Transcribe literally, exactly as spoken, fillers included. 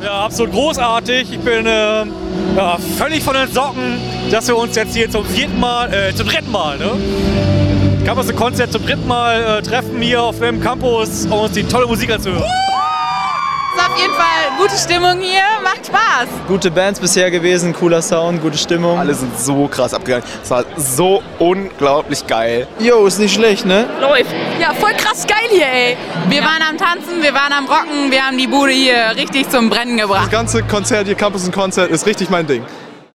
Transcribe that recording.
Ja, absolut großartig. Ich bin äh, ja, völlig von den Socken, dass wir uns jetzt hier zum vierten Mal, äh, zum dritten Mal, ne? Campus Konzert zum dritten Mal äh, treffen hier auf dem Campus, um uns die tolle Musik anzuhören. Es ist auf jeden Fall gute Stimmung hier, macht Spaß. Gute Bands bisher gewesen, cooler Sound, gute Stimmung. Alle sind so krass abgegangen. Es war so unglaublich geil. Jo, ist nicht schlecht, ne? Läuft. Ja, voll krass geil hier, ey. Wir waren am Tanzen, wir waren am Rocken, wir haben die Bude hier richtig zum Brennen gebracht. Das ganze Konzert hier, Campus Konzert, ist richtig mein Ding.